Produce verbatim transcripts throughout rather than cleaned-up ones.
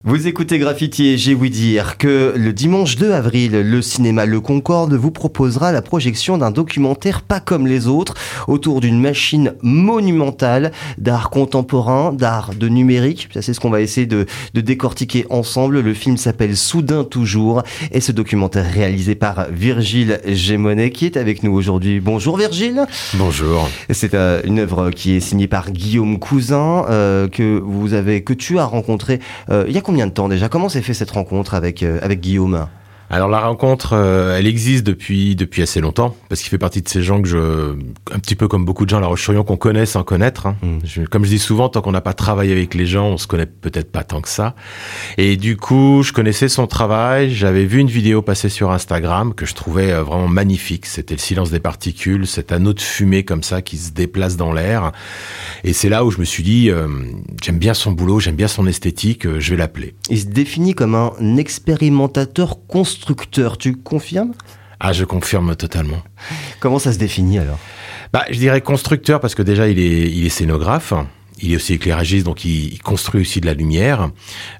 Vous écoutez Graffiti et j'ai ouï dire que le dimanche deux avril, le cinéma Le Concorde vous proposera la projection d'un documentaire pas comme les autres autour d'une machine monumentale d'art contemporain, d'art de numérique. Ça, c'est ce qu'on va essayer de, de décortiquer ensemble. Le film s'appelle Soudain toujours et ce documentaire réalisé par Virgile Gémonet qui est avec nous aujourd'hui. Bonjour Virgile. Bonjour. C'est euh, une œuvre qui est signée par Guillaume Cousin euh, que vous avez, que tu as rencontré euh, il y a combien de temps déjà? Comment s'est fait cette rencontre avec, euh, avec Guillaume? Alors la rencontre, euh, elle existe depuis depuis assez longtemps, parce qu'il fait partie de ces gens que je, un petit peu comme beaucoup de gens à La Roche-sur-Yon, qu'on connaît sans connaître. Hein. Mm. Je, comme je dis souvent, tant qu'on n'a pas travaillé avec les gens, on se connaît peut-être pas tant que ça. Et du coup, je connaissais son travail, j'avais vu une vidéo passer sur Instagram que je trouvais vraiment magnifique. C'était le silence des particules, cet anneau de fumée comme ça qui se déplace dans l'air. Et c'est là où je me suis dit, euh, j'aime bien son boulot, j'aime bien son esthétique, euh, je vais l'appeler. Il se définit comme un expérimentateur constructeur. Tu confirmes? Ah, je confirme totalement. Comment ça se définit alors? Bah, je dirais constructeur parce que déjà il est, il est scénographe. Il est aussi éclairagiste, donc il, il construit aussi de la lumière.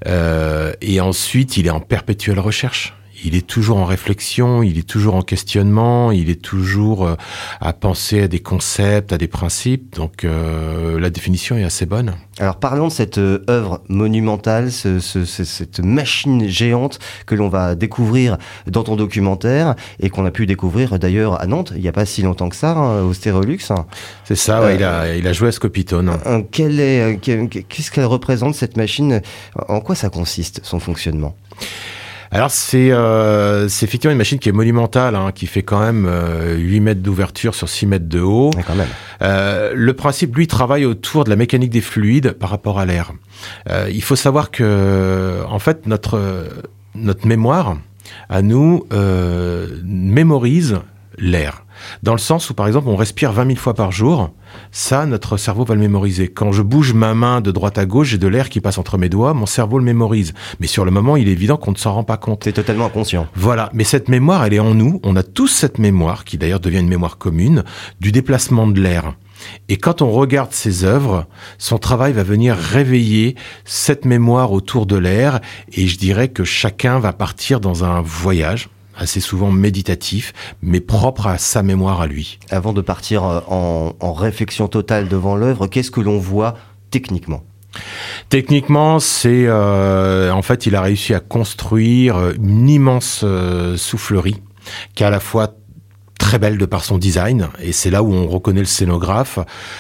Euh, et ensuite, il est en perpétuelle recherche. Il est toujours en réflexion, il est toujours en questionnement, il est toujours euh, à penser à des concepts, à des principes. Donc euh, la définition est assez bonne. Alors parlons de cette euh, œuvre monumentale, ce, ce, ce, cette machine géante que l'on va découvrir dans ton documentaire et qu'on a pu découvrir d'ailleurs à Nantes il n'y a pas si longtemps que ça, hein, au Stérolux. C'est ça, euh, ouais, il a, il a joué à Scopitone. Euh, quel est, quel, qu'est-ce qu'elle représente cette machine? En quoi ça consiste, son fonctionnement? Alors c'est euh, c'est effectivement une machine qui est monumentale, hein, qui fait quand même euh, huit mètres d'ouverture sur six mètres de haut. Ouais, quand même. Euh, le principe, lui, travaille autour de la mécanique des fluides par rapport à l'air. Euh, il faut savoir que, en fait, notre notre mémoire, à nous, euh, mémorise l'air. Dans le sens où, par exemple, on respire vingt mille fois par jour, ça, notre cerveau va le mémoriser. Quand je bouge ma main de droite à gauche, j'ai de l'air qui passe entre mes doigts, mon cerveau le mémorise. Mais sur le moment, il est évident qu'on ne s'en rend pas compte. C'est totalement inconscient. Voilà, mais cette mémoire, elle est en nous. On a tous cette mémoire, qui d'ailleurs devient une mémoire commune, du déplacement de l'air. Et quand on regarde ses œuvres, son travail va venir réveiller cette mémoire autour de l'air, et je dirais que chacun va partir dans un voyage, assez souvent méditatif, mais propre à sa mémoire à lui. Avant de partir en, en réflexion totale devant l'œuvre, qu'est-ce que l'on voit techniquement? Techniquement, c'est euh, en fait, il a réussi à construire une immense euh, soufflerie qui est à la fois très belle de par son design, et c'est là où on reconnaît le scénographe,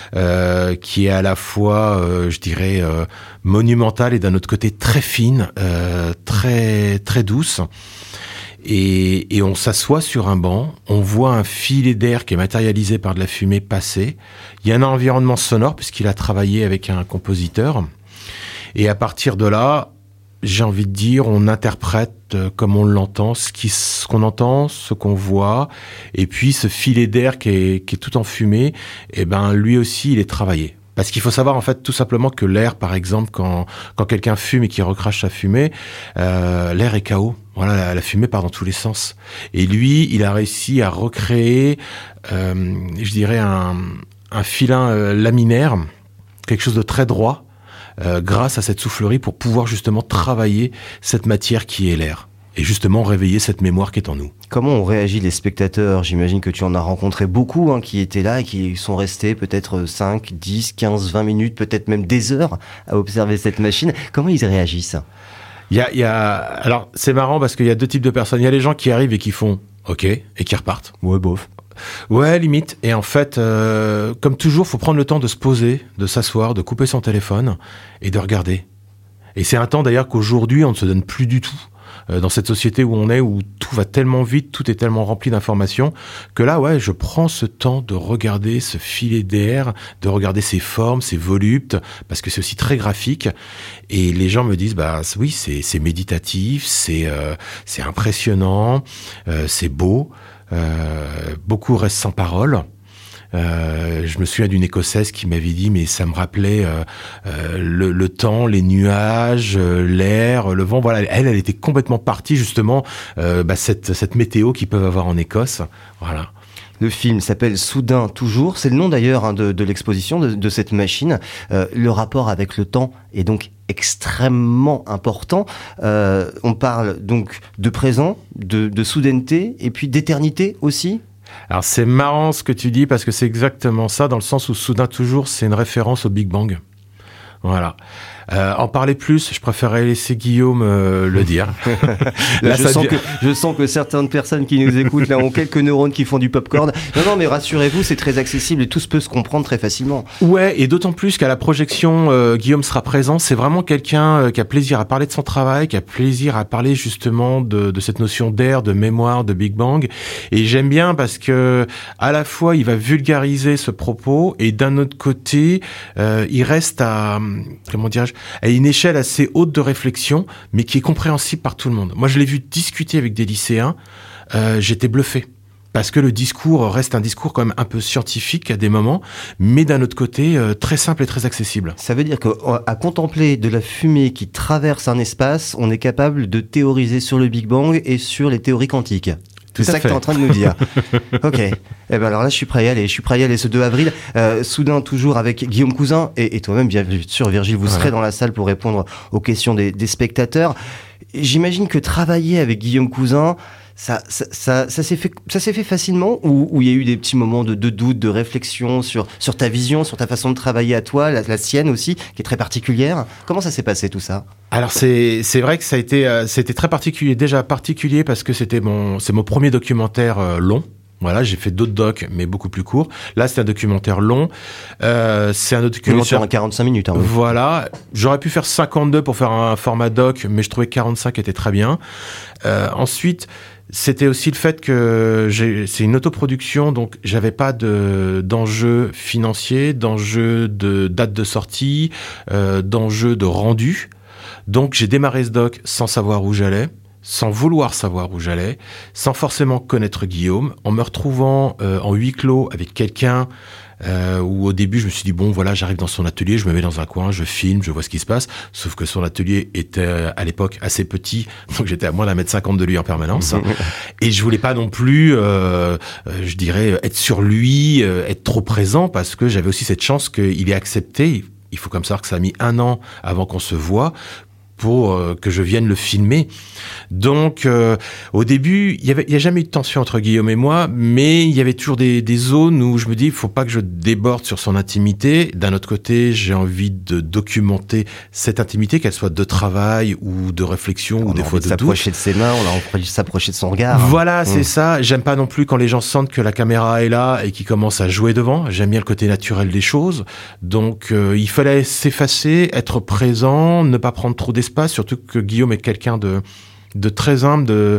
euh, qui est à la fois, euh, je dirais, euh, monumentale et d'un autre côté très fine, euh, très très douce. Et, et on s'assoit sur un banc, on voit un filet d'air qui est matérialisé par de la fumée passer. Il y a un environnement sonore puisqu'il a travaillé avec un compositeur. Et à partir de là, j'ai envie de dire, on interprète comme on l'entend, ce, qui, ce qu'on entend, ce qu'on voit. Et puis ce filet d'air qui est, qui est tout en fumée, eh ben lui aussi, il est travaillé. Parce qu'il faut savoir en fait tout simplement que l'air, par exemple, quand quand quelqu'un fume et qu'il recrache sa fumée, euh, l'air est K O. Voilà, la, la fumée part dans tous les sens. Et lui, il a réussi à recréer, euh, je dirais un un filin euh, laminaire, quelque chose de très droit, euh, grâce à cette soufflerie pour pouvoir justement travailler cette matière qui est l'air. Et justement réveiller cette mémoire qui est en nous. Comment ont réagi les spectateurs? J'imagine que tu en as rencontré beaucoup hein, qui étaient là et qui sont restés peut-être cinq, dix, quinze, vingt minutes, peut-être même des heures à observer cette machine. Comment ils réagissent? Il y a, il y a, alors c'est marrant parce qu'il y a deux types de personnes. Il y a les gens qui arrivent et qui font OK et qui repartent. Ouais, bof. Ouais, limite. Et en fait, euh, comme toujours, faut prendre le temps de se poser, de s'asseoir, de couper son téléphone et de regarder. Et c'est un temps d'ailleurs qu'aujourd'hui on ne se donne plus du tout. Dans cette société où on est, où tout va tellement vite, tout est tellement rempli d'informations, que là, ouais, je prends ce temps de regarder ce filet d'air, de regarder ses formes, ses voluptes, parce que c'est aussi très graphique. Et les gens me disent, bah oui, c'est, c'est méditatif, c'est, euh, c'est impressionnant, euh, c'est beau. Euh, beaucoup restent sans parole. Euh, je me souviens d'une Écossaise qui m'avait dit, mais ça me rappelait euh, euh, le, le temps, les nuages, euh, l'air, le vent. Voilà, elle, elle était complètement partie justement euh, bah, cette cette météo qu'ils peuvent avoir en Écosse. Voilà. Le film s'appelle Soudain toujours. C'est le nom d'ailleurs hein, de, de l'exposition de, de cette machine. Euh, le rapport avec le temps est donc extrêmement important. Euh, on parle donc de présent, de, de soudaineté et puis d'éternité aussi. Alors c'est marrant ce que tu dis parce que c'est exactement ça dans le sens où Soudain toujours c'est une référence au Big Bang. Voilà. Euh, en parler plus, je préférerais laisser Guillaume euh, le dire. Là, je, sens que, je sens que certaines personnes qui nous écoutent là ont quelques neurones qui font du popcorn. Non, non, mais rassurez-vous, c'est très accessible et tout se peut se comprendre très facilement. Ouais, et d'autant plus qu'à la projection, euh, Guillaume sera présent. C'est vraiment quelqu'un euh, qui a plaisir à parler de son travail, qui a plaisir à parler justement de, de cette notion d'air, de mémoire, de Big Bang. Et j'aime bien parce que à la fois, il va vulgariser ce propos et d'un autre côté, euh, il reste à, comment dirais-je, à une échelle assez haute de réflexion, mais qui est compréhensible par tout le monde. Moi, je l'ai vu discuter avec des lycéens, euh, j'étais bluffé. Parce que le discours reste un discours quand même un peu scientifique à des moments, mais d'un autre côté, euh, très simple et très accessible. Ça veut dire qu'à contempler de la fumée qui traverse un espace, on est capable de théoriser sur le Big Bang et sur les théories quantiques. C'est ça que tu es en train de nous dire. Ok. Eh ben alors là, je suis prêt à y aller. Je suis prêt à y aller ce deux avril. Euh, Soudain, toujours avec Guillaume Cousin et, et toi-même, bien sûr, Virgile, vous voilà. serez dans la salle pour répondre aux questions des, des spectateurs. J'imagine que travailler avec Guillaume Cousin, ça, ça, ça, ça s'est fait, ça s'est fait facilement ou, ou il y a eu des petits moments de, de doute, de réflexion sur, sur ta vision, sur ta façon de travailler à toi, la, la sienne aussi, qui est très particulière. Comment ça s'est passé tout ça ? Alors c'est c'est vrai que ça a été euh, c'était très particulier, déjà particulier parce que c'était mon c'est mon premier documentaire euh, long. Voilà, j'ai fait d'autres docs, mais beaucoup plus courts. Là, c'est un documentaire long. Euh, c'est un documentaire... sur un quarante-cinq minutes. Hein, oui. Voilà. J'aurais pu faire cinquante-deux pour faire un format doc, mais je trouvais que quarante-cinq était très bien. Euh, ensuite, c'était aussi le fait que j'ai, c'est une autoproduction, donc j'avais pas de, d'enjeu financier, d'enjeu de date de sortie, euh, d'enjeu de rendu. Donc, j'ai démarré ce doc sans savoir où j'allais, sans vouloir savoir où j'allais, sans forcément connaître Guillaume, en me retrouvant euh, en huis clos avec quelqu'un euh, où au début je me suis dit bon voilà, j'arrive dans son atelier, je me mets dans un coin, je filme, je vois ce qui se passe, sauf que son atelier était à l'époque assez petit, donc j'étais à moins d'un mètre cinquante de lui en permanence, et je voulais pas non plus, euh, je dirais, être sur lui, euh, être trop présent, parce que j'avais aussi cette chance qu'il ait accepté. Il faut comme ça que ça a mis un an avant qu'on se voit, pour euh, que je vienne le filmer. Donc, euh, au début, il y avait, il y a jamais eu de tension entre Guillaume et moi, mais il y avait toujours des, des zones où je me dis, il faut pas que je déborde sur son intimité. D'un autre côté, j'ai envie de documenter cette intimité, qu'elle soit de travail ou de réflexion on ou des fois de doute. On a envie de s'approcher de ses mains, on a envie de s'approcher de son regard. Voilà, c'est mmh. ça. J'aime pas non plus quand les gens sentent que la caméra est là et qu'ils commencent à jouer devant. J'aime bien le côté naturel des choses. Donc, euh, il fallait s'effacer, être présent, ne pas prendre trop d'espace. Surtout que Guillaume est quelqu'un de de très humble, de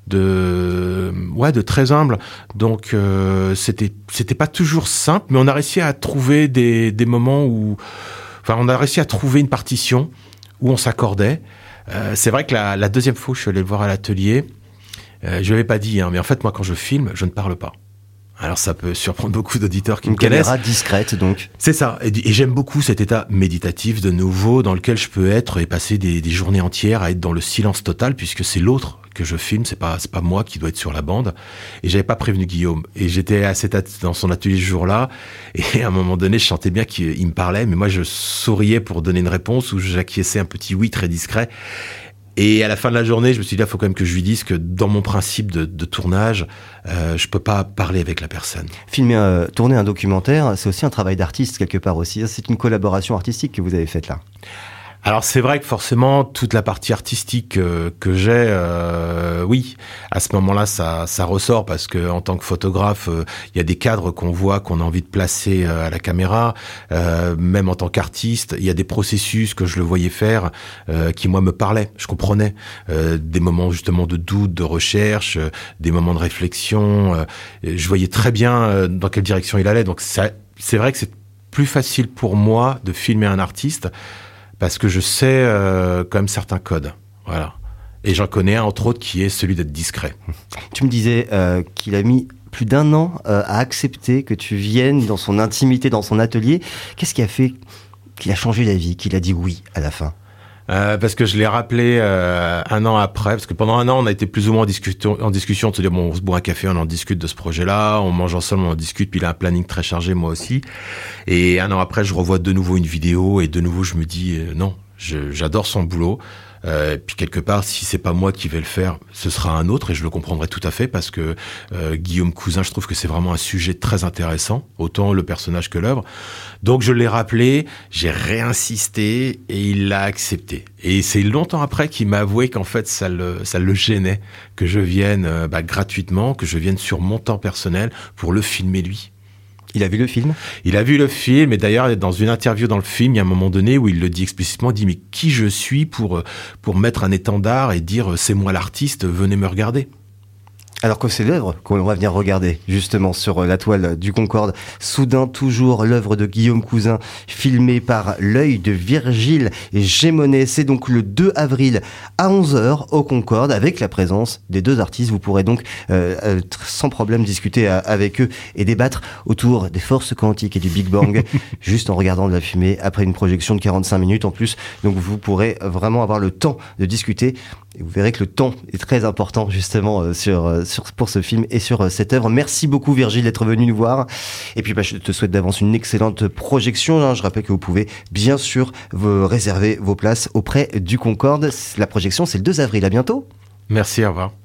de ouais de très humble. Donc euh, c'était c'était pas toujours simple, mais on a réussi à trouver des des moments où, enfin, on a réussi à trouver une partition où on s'accordait. Euh, c'est vrai que la, la deuxième fois où je suis allé le voir à l'atelier, euh, je l'avais pas dit, hein, mais en fait moi quand je filme, je ne parle pas. Alors ça peut surprendre beaucoup d'auditeurs qui Une me connaissent. Une caméra discrète donc. C'est ça. Et, et j'aime beaucoup cet état méditatif de nouveau dans lequel je peux être et passer des, des journées entières à être dans le silence total, puisque c'est l'autre que je filme, c'est pas c'est pas moi qui dois être sur la bande. Et j'avais pas prévenu Guillaume. Et j'étais à cet at- dans son atelier ce jour-là. Et à un moment donné, je sentais bien qu'il il me parlait, mais moi je souriais pour donner une réponse ou j'acquiesçais un petit oui très discret. Et à la fin de la journée, je me suis dit, il faut quand même que je lui dise que dans mon principe de, de tournage, euh, je peux pas parler avec la personne. Filmer, euh, tourner un documentaire, c'est aussi un travail d'artiste quelque part aussi. C'est une collaboration artistique que vous avez faite là. Alors c'est vrai que forcément toute la partie artistique euh, que j'ai, euh, oui, à ce moment-là ça ça ressort parce que en tant que photographe, il euh, y a des cadres qu'on voit, qu'on a envie de placer euh, à la caméra. Euh, même en tant qu'artiste, il y a des processus que je le voyais faire euh, qui moi me parlaient, je comprenais euh, des moments justement de doute, de recherche, euh, des moments de réflexion. Euh, je voyais très bien euh, dans quelle direction il allait. Donc ça, c'est vrai que c'est plus facile pour moi de filmer un artiste. Parce que je sais euh, quand même certains codes, voilà. Et j'en connais un, entre autres, qui est celui d'être discret. Tu me disais euh, qu'il a mis plus d'un an euh, à accepter que tu viennes dans son intimité, dans son atelier. Qu'est-ce qui a fait qu'il a changé d'avis, qu'il a dit oui à la fin ? Euh, parce que je l'ai rappelé euh, un an après, parce que pendant un an, on a été plus ou moins en discussion, en discussion de se dire, bon, on se boit un café, on en discute de ce projet-là, on mange ensemble, on en discute, puis il a un planning très chargé, moi aussi. Et un an après, je revois de nouveau une vidéo, et de nouveau, je me dis, euh, non, je, j'adore son boulot. Euh, puis quelque part, si c'est pas moi qui vais le faire, ce sera un autre, et je le comprendrai tout à fait, parce que euh, Guillaume Cousin, je trouve que c'est vraiment un sujet très intéressant, autant le personnage que l'œuvre. Donc je l'ai rappelé, j'ai réinsisté, et il l'a accepté. Et c'est longtemps après qu'il m'a avoué qu'en fait ça le ça le gênait que je vienne euh, bah, gratuitement, que je vienne sur mon temps personnel pour le filmer lui. Il a vu le film ? Il a vu le film, et d'ailleurs, dans une interview dans le film, il y a un moment donné où il le dit explicitement, il dit « Mais qui je suis pour, pour mettre un étendard et dire « C'est moi l'artiste, venez me regarder ». Alors que c'est l'œuvre qu'on va venir regarder justement sur la toile du Concorde. Soudain toujours, l'œuvre de Guillaume Cousin, filmée par l'œil de Virgile Gémonet. C'est donc le deux avril à onze heures au Concorde, avec la présence des deux artistes. Vous pourrez donc euh, sans problème discuter avec eux et débattre autour des forces quantiques et du Big Bang, juste en regardant de la fumée après une projection de quarante-cinq minutes en plus. Donc vous pourrez vraiment avoir le temps de discuter. Et vous verrez que le temps est très important justement euh, sur, euh, sur, pour ce film et sur euh, cette œuvre. Merci beaucoup Virgile d'être venu nous voir. Et puis bah, je te souhaite d'avance une excellente projection. Hein. Je rappelle que vous pouvez bien sûr vous réserver vos places auprès du Concorde. La projection c'est le deux avril. À bientôt. Merci, au revoir.